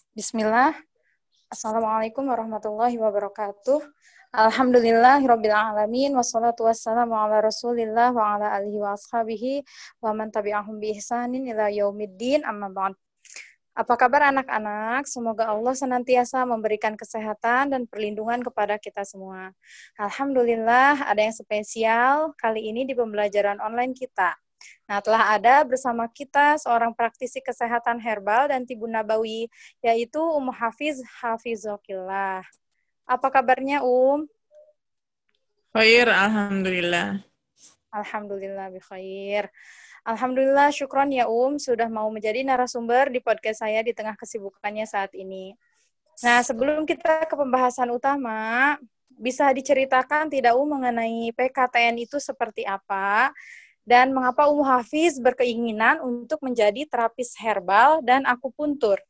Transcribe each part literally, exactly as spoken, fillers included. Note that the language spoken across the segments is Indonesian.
Bismillah. Assalamualaikum warahmatullahi wabarakatuh. Alhamdulillahirabbil alamin wassalatu wassalamu ala Rasulillah wa ala alihi wa ashabihi wa man tabi'ahum bi ihsanin ila yaumiddin amma ba'd. Apa kabar anak-anak? Semoga Allah senantiasa memberikan kesehatan dan perlindungan kepada kita semua. Alhamdulillah, ada yang spesial kali ini di pembelajaran online kita. Nah, telah ada bersama kita seorang praktisi kesehatan herbal dan tibun nabawi, yaitu Um Hafiz Hafizokillah. Apa kabarnya, Um? Khair, alhamdulillah. Alhamdulillah, bikhair. Alhamdulillah, syukron ya Um, sudah mau menjadi narasumber di podcast saya di tengah kesibukannya saat ini. Nah, sebelum kita ke pembahasan utama, bisa diceritakan tidak Um mengenai P K T N itu seperti apa? Dan mengapa Um Hafiz berkeinginan untuk menjadi terapis herbal dan akupuntur?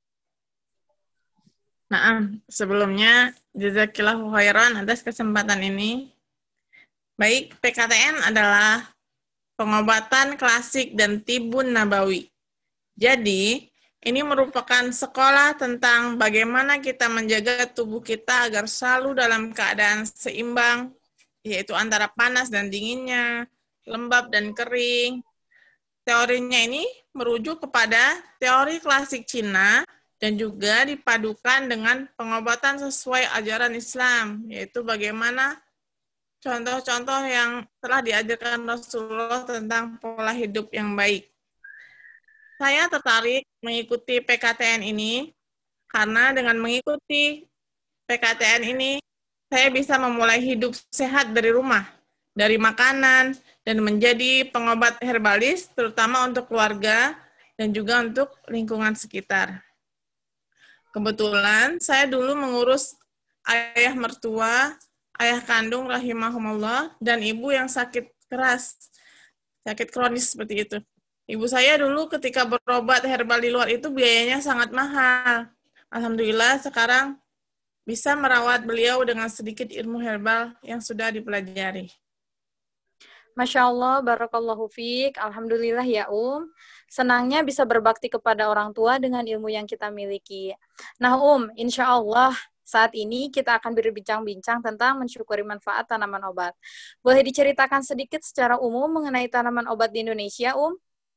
Nah, sebelumnya, jazakillahu khairan atas kesempatan ini. Baik, P K T N adalah pengobatan klasik dan tibun nabawi. Jadi, ini merupakan sekolah tentang bagaimana kita menjaga tubuh kita agar selalu dalam keadaan seimbang, yaitu antara panas dan dinginnya, lembab dan kering. Teorinya ini merujuk kepada teori klasik Cina dan juga dipadukan dengan pengobatan sesuai ajaran Islam, yaitu bagaimana contoh-contoh yang telah diajarkan Rasulullah tentang pola hidup yang baik. Saya tertarik mengikuti P K T N ini karena dengan mengikuti P K T N ini, saya bisa memulai hidup sehat dari rumah, dari makanan, dan menjadi pengobat herbalis, terutama untuk keluarga dan juga untuk lingkungan sekitar. Kebetulan, saya dulu mengurus ayah mertua, ayah kandung rahimahumullah, dan ibu yang sakit keras, sakit kronis seperti itu. Ibu saya dulu ketika berobat herbal di luar itu biayanya sangat mahal. Alhamdulillah sekarang bisa merawat beliau dengan sedikit ilmu herbal yang sudah dipelajari. Masya Allah, barakallahu fiik. Alhamdulillah ya Um. Senangnya bisa berbakti kepada orang tua dengan ilmu yang kita miliki. Nah Um, insya Allah saat ini kita akan berbincang-bincang tentang mensyukuri manfaat tanaman obat. Boleh diceritakan sedikit secara umum mengenai tanaman obat di Indonesia, Um?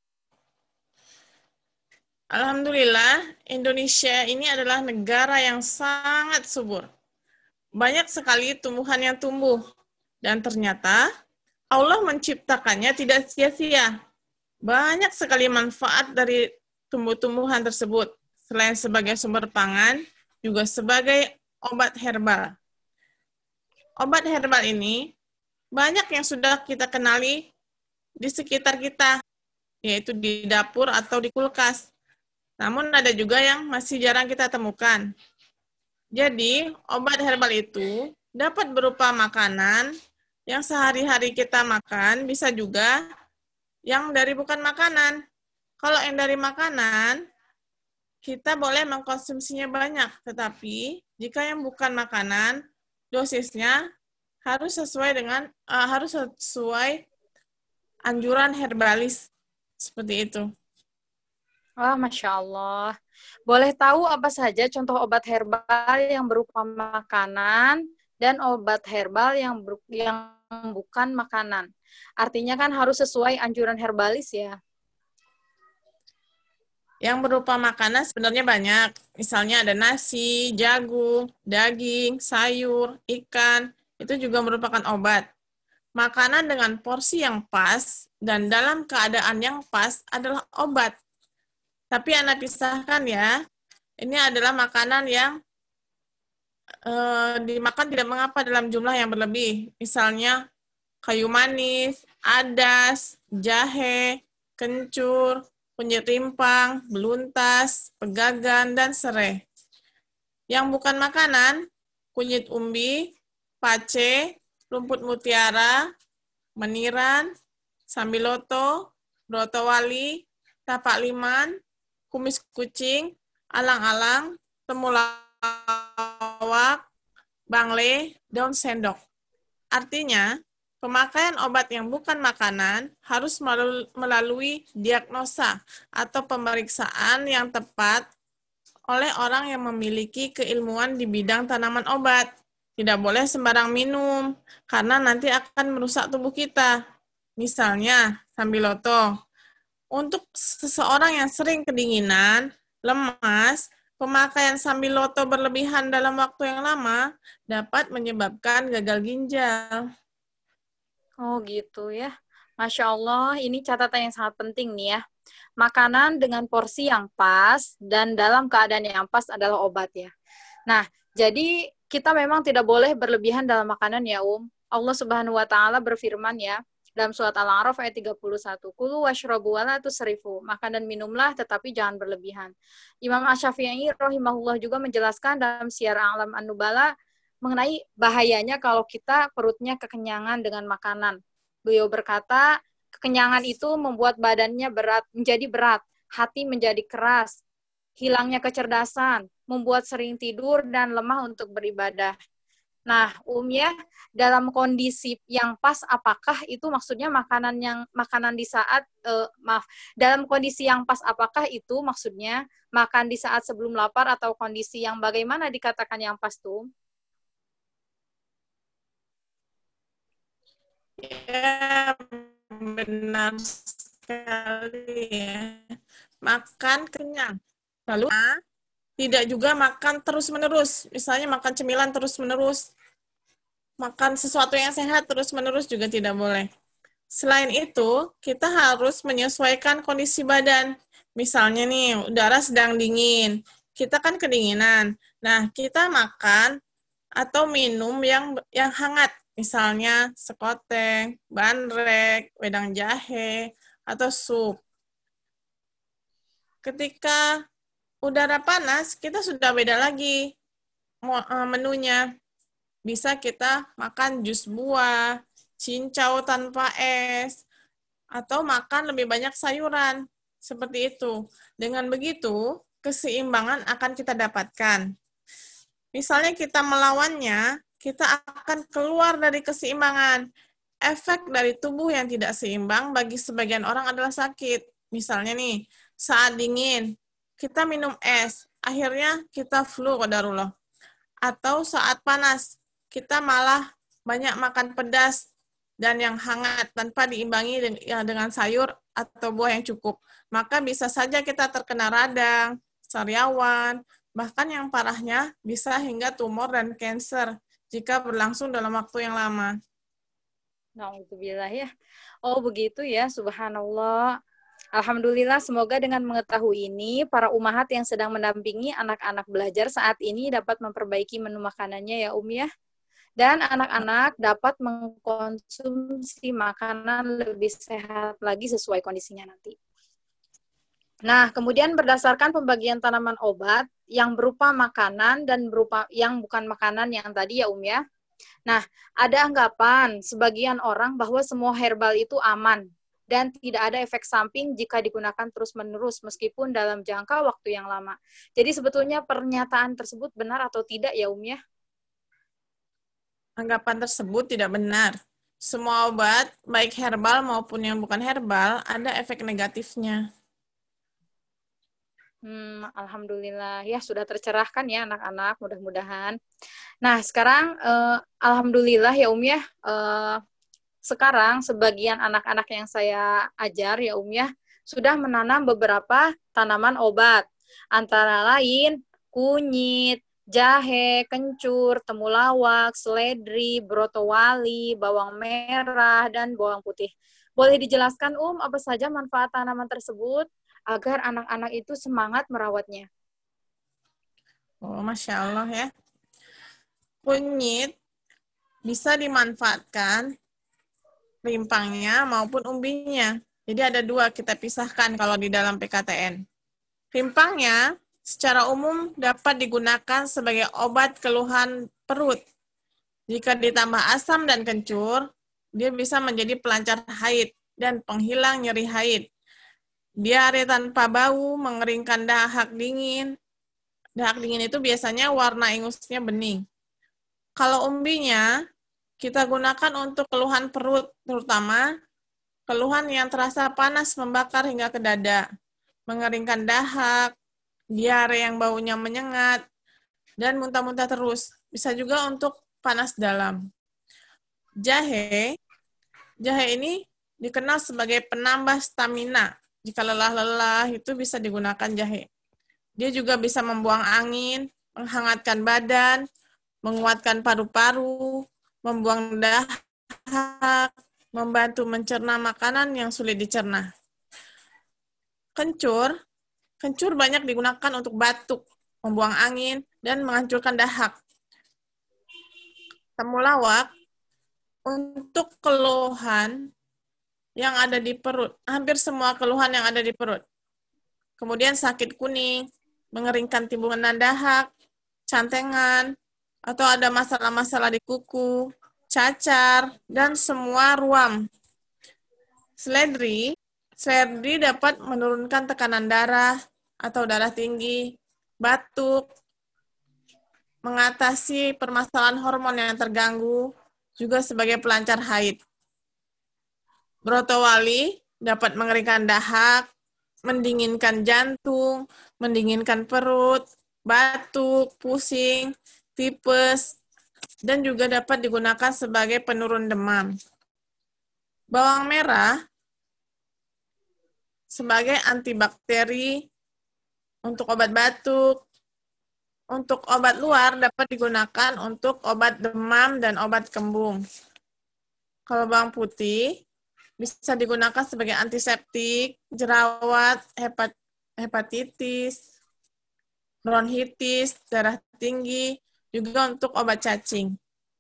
Alhamdulillah, Indonesia ini adalah negara yang sangat subur. Banyak sekali tumbuhan yang tumbuh. Dan ternyata Allah menciptakannya tidak sia-sia. Banyak sekali manfaat dari tumbuh-tumbuhan tersebut. Selain sebagai sumber pangan, juga sebagai obat herbal. Obat herbal ini banyak yang sudah kita kenali di sekitar kita, yaitu di dapur atau di kulkas. Namun ada juga yang masih jarang kita temukan. Jadi, obat herbal itu dapat berupa makanan yang sehari-hari kita makan, bisa juga yang dari bukan makanan. Kalau yang dari makanan, kita boleh mengkonsumsinya banyak, tetapi jika yang bukan makanan, dosisnya harus sesuai dengan uh, harus sesuai anjuran herbalis seperti itu. Wah, Masya Allah. Boleh tahu apa saja contoh obat herbal yang berupa makanan dan obat herbal yang ber, yang bukan makanan? Artinya kan harus sesuai anjuran herbalis ya. Yang berupa makanan sebenarnya banyak. Misalnya ada nasi, jagung, daging, sayur, ikan. Itu juga merupakan obat. Makanan dengan porsi yang pas dan dalam keadaan yang pas adalah obat. Tapi Anda pisahkan ya, ini adalah makanan yang eh, dimakan tidak mengapa dalam jumlah yang berlebih. Misalnya kayu manis, adas, jahe, kencur, kunyit rimpang, beluntas, pegagan, dan serai. Yang bukan makanan, kunyit umbi, pace, rumput mutiara, meniran, sambiloto, brotowali, tapak liman, kumis kucing, alang-alang, temulawak, bangle, daun sendok. Artinya, pemakaian obat yang bukan makanan harus melalui diagnosa atau pemeriksaan yang tepat oleh orang yang memiliki keilmuan di bidang tanaman obat. Tidak boleh sembarang minum, karena nanti akan merusak tubuh kita. Misalnya, sambiloto. Untuk seseorang yang sering kedinginan, lemas, pemakaian sambiloto berlebihan dalam waktu yang lama dapat menyebabkan gagal ginjal. Oh gitu ya. Masya Allah, ini catatan yang sangat penting nih ya. Makanan dengan porsi yang pas dan dalam keadaan yang pas adalah obat ya. Nah, jadi kita memang tidak boleh berlebihan dalam makanan ya, Um. Allah Subhanahu wa taala berfirman ya dalam surat Al-A'raf ayat tiga puluh satu, "Kulu washrabu wa la tusrifu." Makan dan minumlah tetapi jangan berlebihan. Imam Asy-Syafi'i rahimahullah juga menjelaskan dalam Syiar A'lam An-Nubala mengenai bahayanya kalau kita perutnya kekenyangan dengan makanan. Beliau berkata, kekenyangan itu membuat badannya berat, menjadi berat, hati menjadi keras, hilangnya kecerdasan, membuat sering tidur dan lemah untuk beribadah. Nah, Um ya, dalam kondisi yang pas, apakah itu maksudnya makanan yang makanan di saat eh, maaf, dalam kondisi yang pas apakah itu maksudnya makan di saat sebelum lapar atau kondisi yang bagaimana dikatakan yang pas tuh? Ya, benar sekali ya. Makan kenyang. Lalu tidak juga makan terus-menerus. Misalnya makan cemilan terus-menerus. Makan sesuatu yang sehat terus-menerus juga tidak boleh. Selain itu, kita harus menyesuaikan kondisi badan. Misalnya nih, udara sedang dingin. Kita kan kedinginan. Nah, kita makan atau minum yang yang hangat. Misalnya sekoteng, bandrek, wedang jahe, atau sup. Ketika udara panas, kita sudah beda lagi menunya. Bisa kita makan jus buah, cincau tanpa es, atau makan lebih banyak sayuran. Seperti itu. Dengan begitu, keseimbangan akan kita dapatkan. Misalnya kita melawannya, kita akan keluar dari keseimbangan. Efek dari tubuh yang tidak seimbang bagi sebagian orang adalah sakit. Misalnya nih, saat dingin, kita minum es, akhirnya kita flu qadarullah. Atau saat panas, kita malah banyak makan pedas dan yang hangat tanpa diimbangi dengan sayur atau buah yang cukup. Maka bisa saja kita terkena radang, sariawan, bahkan yang parahnya bisa hingga tumor dan kanker jika berlangsung dalam waktu yang lama. Na'udzubillah ya. Oh begitu ya, subhanallah. Alhamdulillah, semoga dengan mengetahui ini, para umahat yang sedang mendampingi anak-anak belajar saat ini dapat memperbaiki menu makanannya ya Um ya. Dan anak-anak dapat mengkonsumsi makanan lebih sehat lagi sesuai kondisinya nanti. Nah, kemudian berdasarkan pembagian tanaman obat yang berupa makanan dan berupa yang bukan makanan yang tadi ya Um ya. Nah, ada anggapan sebagian orang bahwa semua herbal itu aman dan tidak ada efek samping jika digunakan terus-menerus meskipun dalam jangka waktu yang lama. Jadi sebetulnya pernyataan tersebut benar atau tidak ya Um ya? Anggapan tersebut tidak benar. Semua obat, baik herbal maupun yang bukan herbal, ada efek negatifnya. Hmm, Alhamdulillah. Ya, sudah tercerahkan ya anak-anak, mudah-mudahan. Nah, sekarang, eh, Alhamdulillah ya Um ya, eh, sekarang sebagian anak-anak yang saya ajar ya Um ya, sudah menanam beberapa tanaman obat. Antara lain, kunyit, jahe, kencur, temulawak, seledri, brotowali, bawang merah, dan bawang putih. Boleh dijelaskan Um, apa saja manfaat tanaman tersebut agar anak-anak itu semangat merawatnya? Oh, Masya Allah ya. Kunyit bisa dimanfaatkan rimpangnya maupun umbinya. Jadi ada dua kita pisahkan kalau di dalam P K T N. Rimpangnya secara umum dapat digunakan sebagai obat keluhan perut. Jika ditambah asam dan kencur, dia bisa menjadi pelancar haid dan penghilang nyeri haid. Diare tanpa bau, mengeringkan dahak dingin. Dahak dingin itu biasanya warna ingusnya bening. Kalau umbinya, kita gunakan untuk keluhan perut, terutama keluhan yang terasa panas membakar hingga ke dada, mengeringkan dahak, diare yang baunya menyengat, dan muntah-muntah terus. Bisa juga untuk panas dalam. Jahe, jahe ini dikenal sebagai penambah stamina. Jika lelah-lelah itu bisa digunakan jahe. Dia juga bisa membuang angin, menghangatkan badan, menguatkan paru-paru, membuang dahak, membantu mencerna makanan yang sulit dicerna. Kencur, kencur banyak digunakan untuk batuk, membuang angin, dan menghancurkan dahak. Temulawak, untuk keluhan yang ada di perut, hampir semua keluhan yang ada di perut. Kemudian sakit kuning, mengeringkan timbunan dahak, cantengan, atau ada masalah-masalah di kuku, cacar, dan semua ruam. Seledri, seledri dapat menurunkan tekanan darah atau darah tinggi, batuk, mengatasi permasalahan hormon yang terganggu, juga sebagai pelancar haid. Brotowali dapat mengeringkan dahak, mendinginkan jantung, mendinginkan perut, batuk, pusing, tipes, dan juga dapat digunakan sebagai penurun demam. Bawang merah sebagai antibakteri untuk obat batuk. Untuk obat luar dapat digunakan untuk obat demam dan obat kembung. Kalau bawang putih bisa digunakan sebagai antiseptik, jerawat, hepat, hepatitis, bronkitis, darah tinggi, juga untuk obat cacing.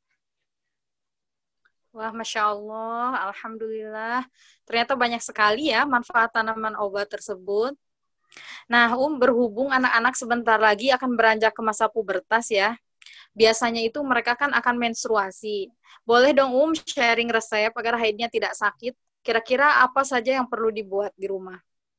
Wah, Masya Allah, Alhamdulillah. Ternyata banyak sekali ya manfaat tanaman obat tersebut. Nah, Um, berhubung anak-anak sebentar lagi akan beranjak ke masa pubertas ya. Biasanya itu mereka kan akan menstruasi. Boleh dong Um sharing resep agar haidnya tidak sakit? Kira-kira apa saja yang perlu dibuat di rumah?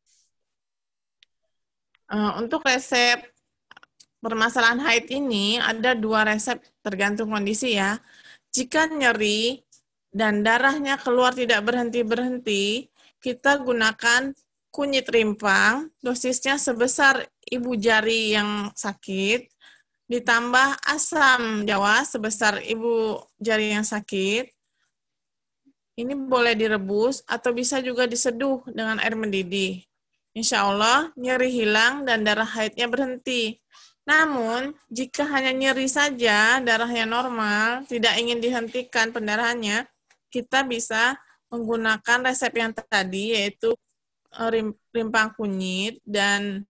Uh, untuk resep permasalahan haid ini ada dua resep tergantung kondisi ya. Jika nyeri dan darahnya keluar tidak berhenti-berhenti, kita gunakan kunyit rimpang, dosisnya sebesar ibu jari yang sakit, ditambah asam jawa sebesar ibu jari yang sakit. Ini boleh direbus atau bisa juga diseduh dengan air mendidih. Insya Allah, nyeri hilang dan darah haidnya berhenti. Namun, jika hanya nyeri saja, darahnya normal, tidak ingin dihentikan pendarahannya, kita bisa menggunakan resep yang tadi, yaitu rimpang kunyit dan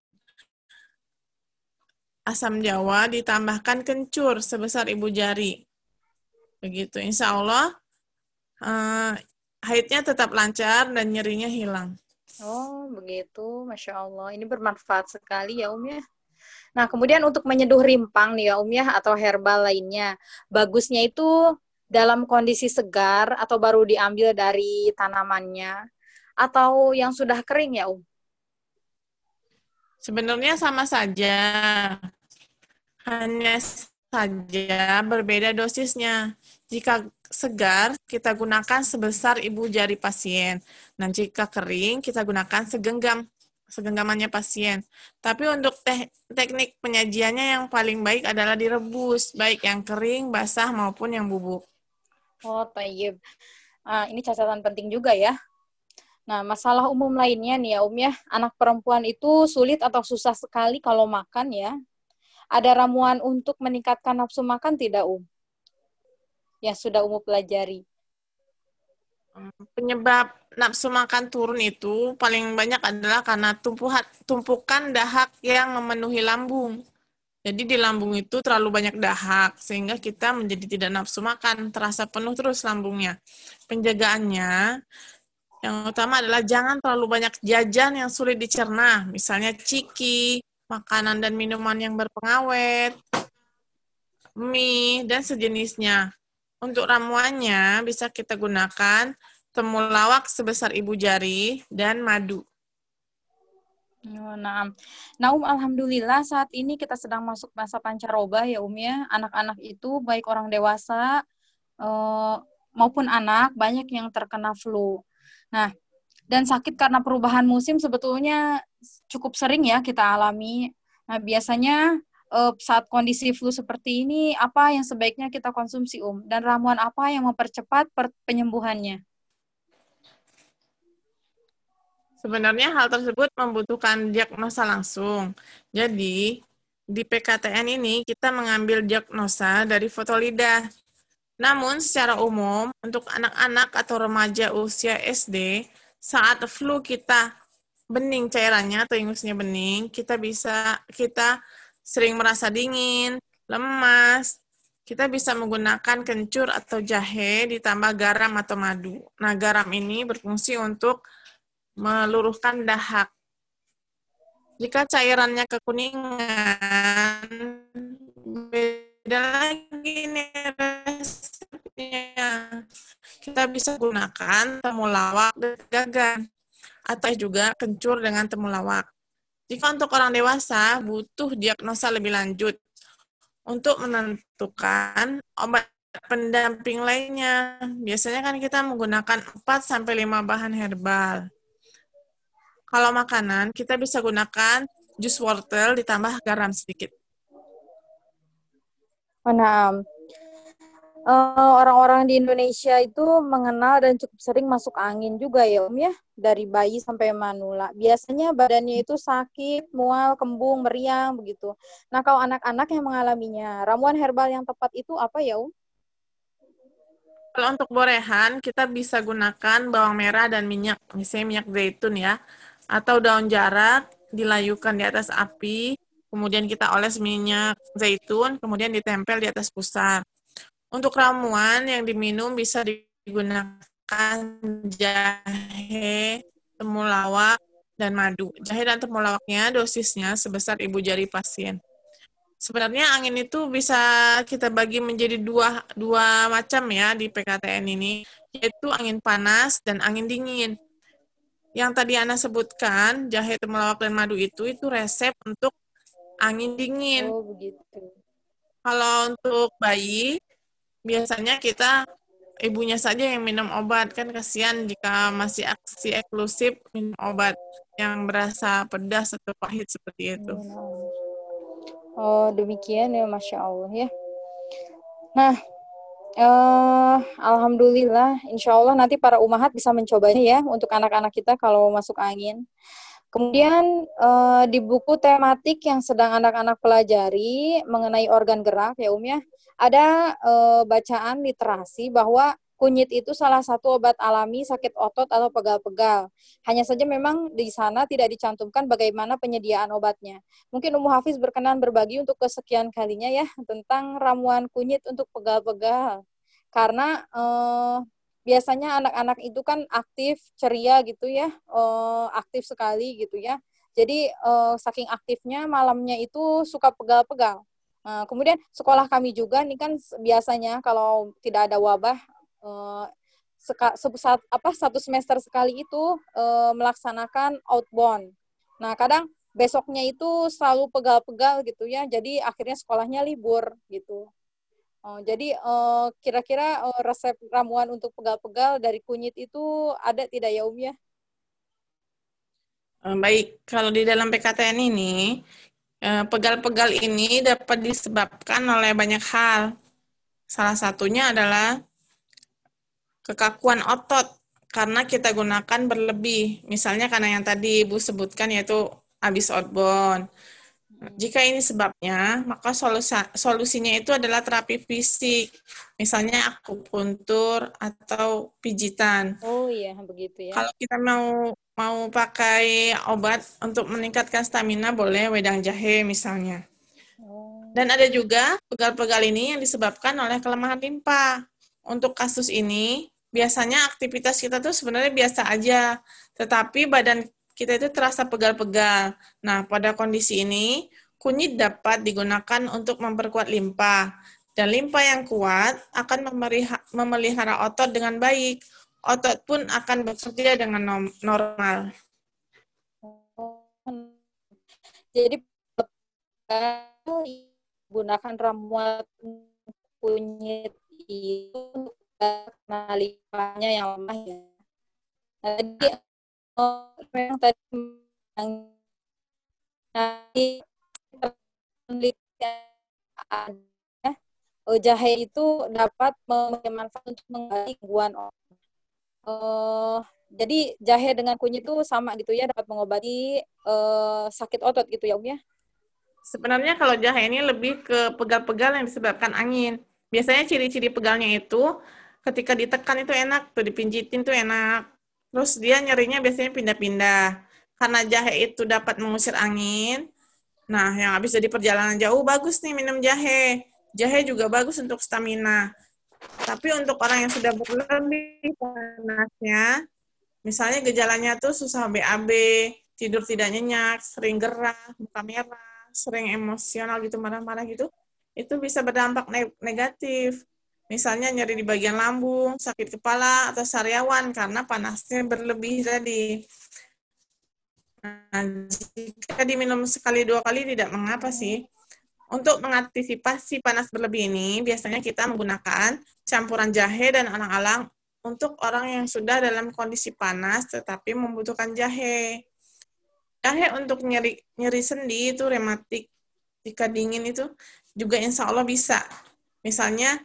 asam jawa ditambahkan kencur sebesar ibu jari. Begitu, insya Allah uh, haidnya tetap lancar dan nyerinya hilang. Oh, begitu. Masya Allah. Ini bermanfaat sekali ya, Um ya. Nah, kemudian untuk menyeduh rimpang nih ya, Um ya, atau herbal lainnya. Bagusnya itu dalam kondisi segar atau baru diambil dari tanamannya. Atau yang sudah kering ya, Um? Sebenarnya sama saja. Hanya saja berbeda dosisnya. Jika segar, kita gunakan sebesar ibu jari pasien. Dan jika kering, kita gunakan segenggam, segenggamannya pasien. Tapi untuk te teknik penyajiannya yang paling baik adalah direbus, baik yang kering, basah, maupun yang bubuk. Oh, tayyib. Ah, ini catatan penting juga ya. Nah, masalah umum lainnya nih ya, Um ya. Anak perempuan itu sulit atau susah sekali kalau makan ya. Ada ramuan untuk meningkatkan nafsu makan tidak, Um? Yang sudah Umu pelajari. Penyebab nafsu makan turun itu paling banyak adalah karena tumpuhan, tumpukan dahak yang memenuhi lambung. Jadi di lambung itu terlalu banyak dahak, sehingga kita menjadi tidak nafsu makan, terasa penuh terus lambungnya. Penjagaannya, yang utama adalah jangan terlalu banyak jajan yang sulit dicerna, misalnya ciki, makanan dan minuman yang berpengawet, mie, dan sejenisnya. Untuk ramuannya, bisa kita gunakan temulawak sebesar ibu jari dan madu. Oh, nah, nah Um, alhamdulillah saat ini kita sedang masuk masa pancaroba ya Um ya. Anak-anak itu baik orang dewasa eh, maupun anak banyak yang terkena flu. Nah, dan sakit karena perubahan musim sebetulnya cukup sering ya kita alami. Nah, biasanya eh, saat kondisi flu seperti ini, apa yang sebaiknya kita konsumsi, Um? Dan ramuan apa yang mempercepat per- penyembuhannya? Sebenarnya hal tersebut membutuhkan diagnosa langsung. Jadi, di P K T N ini kita mengambil diagnosa dari foto lidah. Namun, secara umum, untuk anak-anak atau remaja usia S D, saat flu kita bening cairannya atau ingusnya bening, kita bisa kita sering merasa dingin, lemas. Kita bisa menggunakan kencur atau jahe ditambah garam atau madu. Nah, garam ini berfungsi untuk meluruhkan dahak. Jika cairannya kekuningan, beda lagi nih resepnya. Kita bisa gunakan temulawak dan gagan, atau juga kencur dengan temulawak. Jika untuk orang dewasa, butuh diagnosa lebih lanjut untuk menentukan obat pendamping lainnya. Biasanya kan kita menggunakan empat sampai lima bahan herbal. Kalau makanan, kita bisa gunakan jus wortel ditambah garam sedikit. Nah, eh, orang-orang di Indonesia itu mengenal dan cukup sering masuk angin juga ya, Om ya, dari bayi sampai manula. Biasanya badannya itu sakit, mual, kembung, meriang, begitu. Nah, kalau anak-anak yang mengalaminya, ramuan herbal yang tepat itu apa ya, Om? Kalau untuk borehan, kita bisa gunakan bawang merah dan minyak, misalnya minyak zaitun ya, atau daun jarak, dilayukan di atas api, kemudian kita oles minyak zaitun, kemudian ditempel di atas pusar. Untuk ramuan yang diminum bisa digunakan jahe, temulawak, dan madu. Jahe dan temulawaknya dosisnya sebesar ibu jari pasien. Sebenarnya angin itu bisa kita bagi menjadi dua, dua macam ya di P K T N ini, yaitu angin panas dan angin dingin. Yang tadi Ana sebutkan, jahe, temulawak, dan madu itu, itu resep untuk angin dingin. Oh, begitu. Kalau untuk bayi, biasanya kita ibunya saja yang minum obat, kan kasihan jika masih aksi eksklusif minum obat yang berasa pedas atau pahit seperti itu. Oh, demikian ya, Masya Allah ya. Nah, eh, Alhamdulillah, insya Allah nanti para umahat bisa mencobanya ya untuk anak-anak kita kalau masuk angin. Kemudian eh, di buku tematik yang sedang anak-anak pelajari mengenai organ gerak ya Um ya, ada eh, bacaan literasi bahwa kunyit itu salah satu obat alami sakit otot atau pegal-pegal. Hanya saja memang di sana tidak dicantumkan bagaimana penyediaan obatnya. Mungkin Ummu Hafiz berkenan berbagi untuk kesekian kalinya ya tentang ramuan kunyit untuk pegal-pegal. Karena eh, biasanya anak-anak itu kan aktif, ceria gitu ya, uh, aktif sekali gitu ya. Jadi uh, saking aktifnya malamnya itu suka pegal-pegal. Nah, kemudian sekolah kami juga nih kan biasanya kalau tidak ada wabah uh, seka, saat, apa satu semester sekali itu uh, melaksanakan outbound. Nah, kadang besoknya itu selalu pegal-pegal gitu ya. Jadi akhirnya sekolahnya libur gitu. Oh, jadi eh, kira-kira eh, resep ramuan untuk pegal-pegal dari kunyit itu ada tidak ya Um ya? Eh, Baik, kalau di dalam P K T N ini, eh, pegal-pegal ini dapat disebabkan oleh banyak hal. Salah satunya adalah kekakuan otot, karena kita gunakan berlebih. Misalnya karena yang tadi Ibu sebutkan yaitu habis outbound. Jika ini sebabnya, maka solusa, solusinya itu adalah terapi fisik, misalnya akupuntur atau pijitan. Oh iya, begitu ya. Kalau kita mau mau pakai obat untuk meningkatkan stamina, boleh wedang jahe misalnya. Oh, Dan ada juga pegal-pegal ini yang disebabkan oleh kelemahan limpa. Untuk kasus ini, biasanya aktivitas kita tuh sebenarnya biasa aja, tetapi badan kita itu terasa pegal-pegal. Nah, pada kondisi ini, kunyit dapat digunakan untuk memperkuat limpa. Dan limpa yang kuat akan memelihara otot dengan baik. Otot pun akan bekerja dengan normal. jadi gunakan ramuan kunyit itu karena limpahnya yang lemah ya. Tadi oh, memang tadi nanti penelitian ada, eh, jahe itu dapat memiliki manfaat untuk mengobati gangguan otot. Eh, jadi jahe dengan kunyit itu sama gitu ya, dapat mengobati eh, sakit otot gitu ya, Um ya? Sebenarnya kalau jahe ini lebih ke pegal-pegal yang disebabkan angin. Biasanya ciri-ciri pegalnya itu ketika ditekan itu enak, tuh dipinjitin tuh enak. Terus dia nyerinya biasanya pindah-pindah. Karena jahe itu dapat mengusir angin. Nah, yang habis dari perjalanan jauh bagus nih minum jahe. Jahe juga bagus untuk stamina. Tapi untuk orang yang sudah berlebih panasnya, misalnya gejalanya tuh susah B A B, tidur tidak nyenyak, sering gerah, muka merah, sering emosional gitu, marah-marah gitu, itu bisa berdampak negatif. Misalnya nyeri di bagian lambung, sakit kepala, atau sariawan karena panasnya berlebih tadi. Nah, jika diminum sekali dua kali tidak mengapa sih. Untuk mengantisipasi panas berlebih ini, biasanya kita menggunakan campuran jahe dan alang-alang untuk orang yang sudah dalam kondisi panas tetapi membutuhkan jahe. Jahe untuk nyeri nyeri sendi itu rematik, jika dingin itu juga insya Allah bisa. Misalnya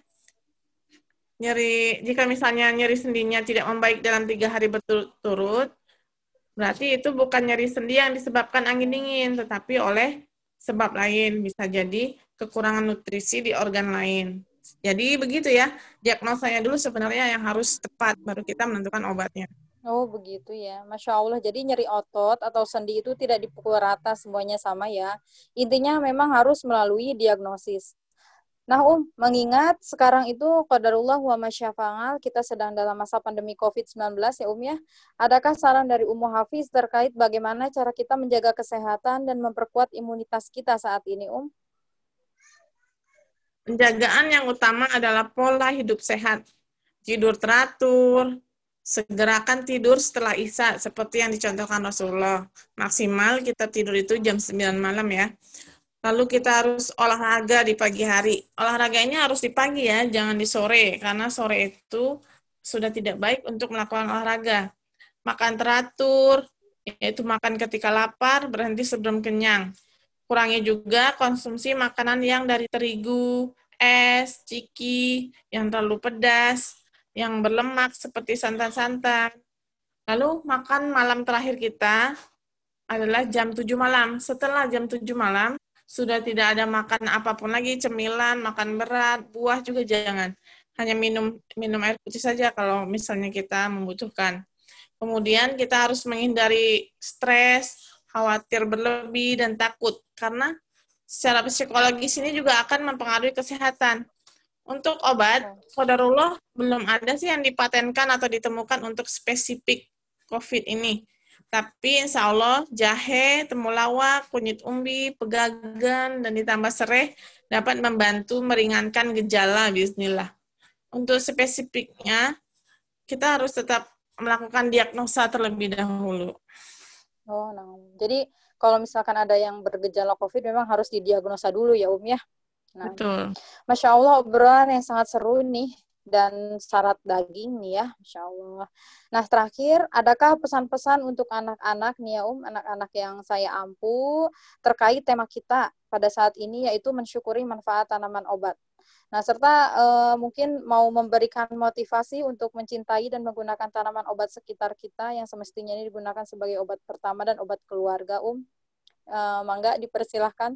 nyeri jika misalnya nyeri sendinya tidak membaik dalam tiga hari berturut-turut, berarti itu bukan nyeri sendi yang disebabkan angin dingin, tetapi oleh sebab lain. Bisa jadi kekurangan nutrisi di organ lain. Jadi begitu ya, diagnosanya dulu sebenarnya yang harus tepat, baru kita menentukan obatnya. Oh begitu ya, Masya Allah. Jadi nyeri otot atau sendi itu tidak dipukul rata semuanya sama ya. Intinya memang harus melalui diagnosis. Nah Um, mengingat sekarang itu qadarullah wa masyafa'al, kita sedang dalam masa pandemi covid sembilan belas ya Um ya. Adakah saran dari Ummu Hafiz terkait bagaimana cara kita menjaga kesehatan dan memperkuat imunitas kita saat ini Um? Penjagaan yang utama adalah pola hidup sehat. Tidur teratur, segerakan tidur setelah Isya, seperti yang dicontohkan Rasulullah. Maksimal kita tidur itu jam sembilan malam ya. Lalu kita harus olahraga di pagi hari. Olahraganya harus di pagi ya, jangan di sore, karena sore itu sudah tidak baik untuk melakukan olahraga. Makan teratur, yaitu makan ketika lapar, berhenti sebelum kenyang. Kurangi juga konsumsi makanan yang dari terigu, es, ciki, yang terlalu pedas, yang berlemak seperti santan-santan. Lalu makan malam terakhir kita adalah jam tujuh malam. Setelah jam tujuh malam, sudah tidak ada makan apapun lagi, cemilan, makan berat, buah juga jangan. Hanya minum minum air putih saja kalau misalnya kita membutuhkan. Kemudian kita harus menghindari stres, khawatir berlebih, dan takut. Karena secara psikologis ini juga akan mempengaruhi kesehatan. Untuk obat, qadarullah belum ada sih yang dipatenkan atau ditemukan untuk spesifik COVID ini. Tapi insya Allah jahe, temulawak, kunyit umbi, pegagan, dan ditambah sereh dapat membantu meringankan gejala bismillah. Untuk spesifiknya, kita harus tetap melakukan diagnosa terlebih dahulu. Oh, nah. Jadi kalau misalkan ada yang bergejala COVID memang harus didiagnosa dulu ya Um ya. Nah, Betul. Masya Allah obrolan yang sangat seru nih dan syarat daging nih ya, Masya Allah. Nah terakhir, adakah pesan-pesan untuk anak-anak nih ya Um, anak-anak yang saya ampu terkait tema kita pada saat ini yaitu mensyukuri manfaat tanaman obat. Nah serta uh, mungkin mau memberikan motivasi untuk mencintai dan menggunakan tanaman obat sekitar kita yang semestinya ini digunakan sebagai obat pertama dan obat keluarga Um. Uh, mangga dipersilahkan.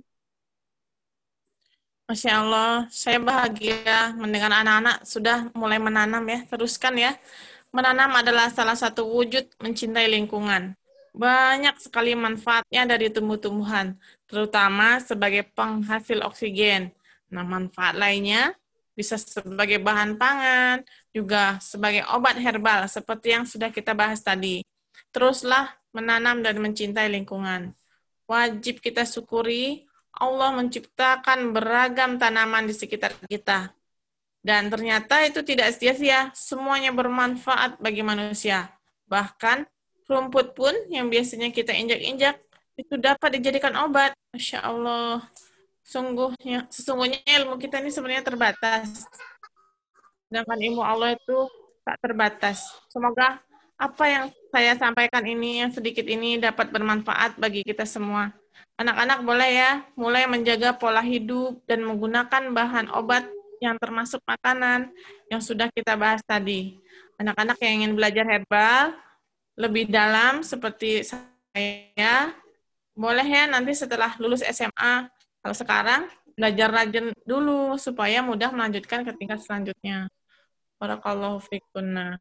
Masya Allah, saya bahagia mendengar anak-anak sudah mulai menanam ya. Teruskan ya. Menanam adalah salah satu wujud mencintai lingkungan. Banyak sekali manfaatnya dari tumbuh-tumbuhan, terutama sebagai penghasil oksigen. Nah, manfaat lainnya bisa sebagai bahan pangan, juga sebagai obat herbal, seperti yang sudah kita bahas tadi. Teruslah menanam dan mencintai lingkungan. Wajib kita syukuri Allah menciptakan beragam tanaman di sekitar kita. Dan ternyata itu tidak sia-sia, semuanya bermanfaat bagi manusia. Bahkan rumput pun yang biasanya kita injak-injak, itu dapat dijadikan obat. Masya Allah. Sungguhnya, sesungguhnya ilmu kita ini sebenarnya terbatas. Sedangkan ilmu Allah itu tak terbatas. Semoga apa yang saya sampaikan ini, yang sedikit ini dapat bermanfaat bagi kita semua. Anak-anak boleh ya mulai menjaga pola hidup dan menggunakan bahan obat yang termasuk makanan yang sudah kita bahas tadi. Anak-anak yang ingin belajar herbal lebih dalam seperti saya, boleh ya nanti setelah lulus S M A. Kalau sekarang belajar rajin dulu supaya mudah melanjutkan ke tingkat selanjutnya. Barakallahu fikunna.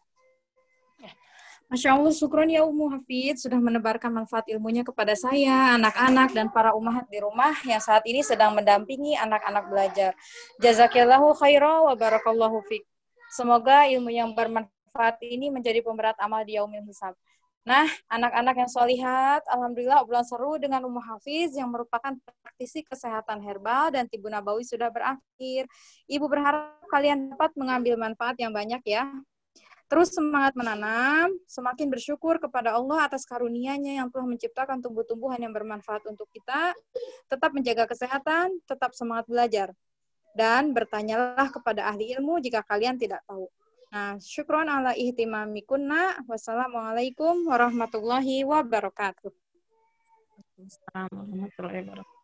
Masya Allah, syukron ya Ummu Hafid sudah menebarkan manfaat ilmunya kepada saya, anak-anak, dan para umahat di rumah yang saat ini sedang mendampingi anak-anak belajar. Jazakillahu khairan wa barakallahu fiq. Semoga ilmu yang bermanfaat ini menjadi pemberat amal di yaumil hisab. Nah, anak-anak yang sholihat, alhamdulillah obrolan seru dengan Ummu Hafiz yang merupakan praktisi kesehatan herbal dan tibu nabawi sudah berakhir. Ibu berharap kalian dapat mengambil manfaat yang banyak ya. Terus semangat menanam, semakin bersyukur kepada Allah atas karunia-Nya yang telah menciptakan tumbuh-tumbuhan yang bermanfaat untuk kita, tetap menjaga kesehatan, tetap semangat belajar, dan bertanyalah kepada ahli ilmu jika kalian tidak tahu. Nah, syukron ala ihtimamikunna. Wassalamualaikum warahmatullahi wabarakatuh. Assalamualaikum warahmatullahi wabarakatuh.